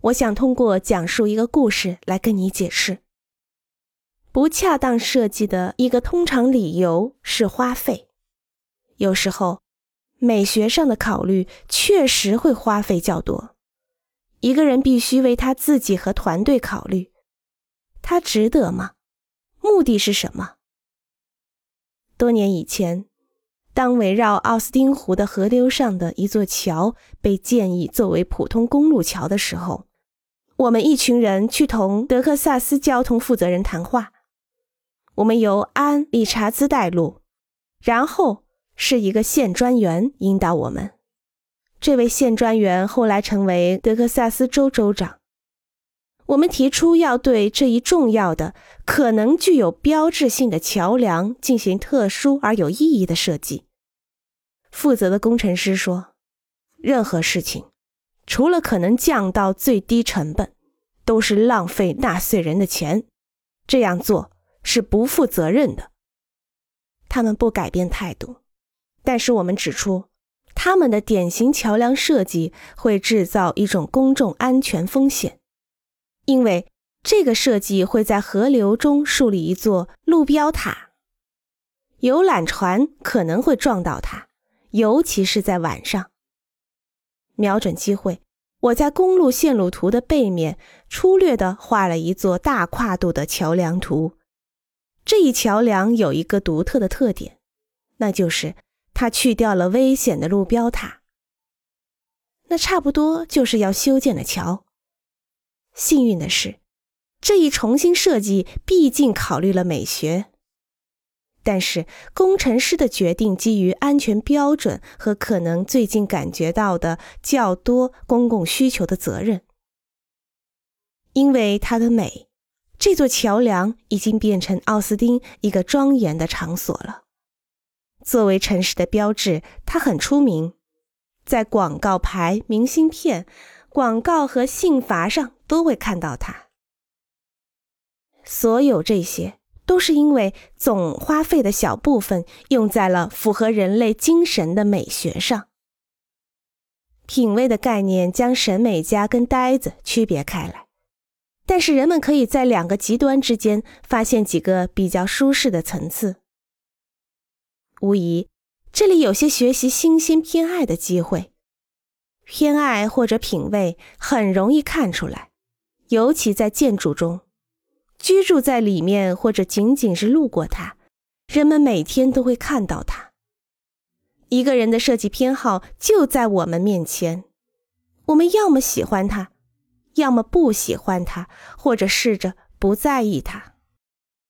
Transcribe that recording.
我想通过讲述一个故事来跟你解释。不恰当设计的一个通常理由是花费。有时候，美学上的考虑确实会花费较多。一个人必须为他自己和团队考虑，他值得吗？目的是什么？多年以前，当围绕奥斯汀湖的河流上的一座桥被建议作为普通公路桥的时候，我们一群人去同德克萨斯交通负责人谈话。我们由安·理查兹带路，然后是一个县专员引导我们。这位县专员后来成为德克萨斯州州长。我们提出要对这一重要的、可能具有标志性的桥梁进行特殊而有意义的设计。负责的工程师说，任何事情，除了可能降到最低成本，都是浪费纳税人的钱。这样做是不负责任的。他们不改变态度，但是我们指出，他们的典型桥梁设计会制造一种公众安全风险。因为这个设计会在河流中树立一座路标塔，游览船可能会撞到它，尤其是在晚上。瞄准机会，我在公路线路图的背面粗略地画了一座大跨度的桥梁图。这一桥梁有一个独特的特点，那就是它去掉了危险的路标塔。那差不多就是要修建的桥。幸运的是，这一重新设计毕竟考虑了美学，但是工程师的决定基于安全标准和可能最近感觉到的较多公共需求的责任。因为它的美，这座桥梁已经变成奥斯汀一个庄严的场所了。作为城市的标志，它很出名，在广告牌、明信片、广告和信罚上都会看到它。所有这些都是因为总花费的小部分用在了符合人类精神的美学上。品味的概念将审美家跟呆子区别开来，但是人们可以在两个极端之间发现几个比较舒适的层次。无疑，这里有些学习新鲜偏爱的机会。偏爱或者品味很容易看出来，尤其在建筑中。居住在里面或者仅仅是路过它，人们每天都会看到它。一个人的设计偏好就在我们面前，我们要么喜欢它，要么不喜欢它，或者试着不在意它。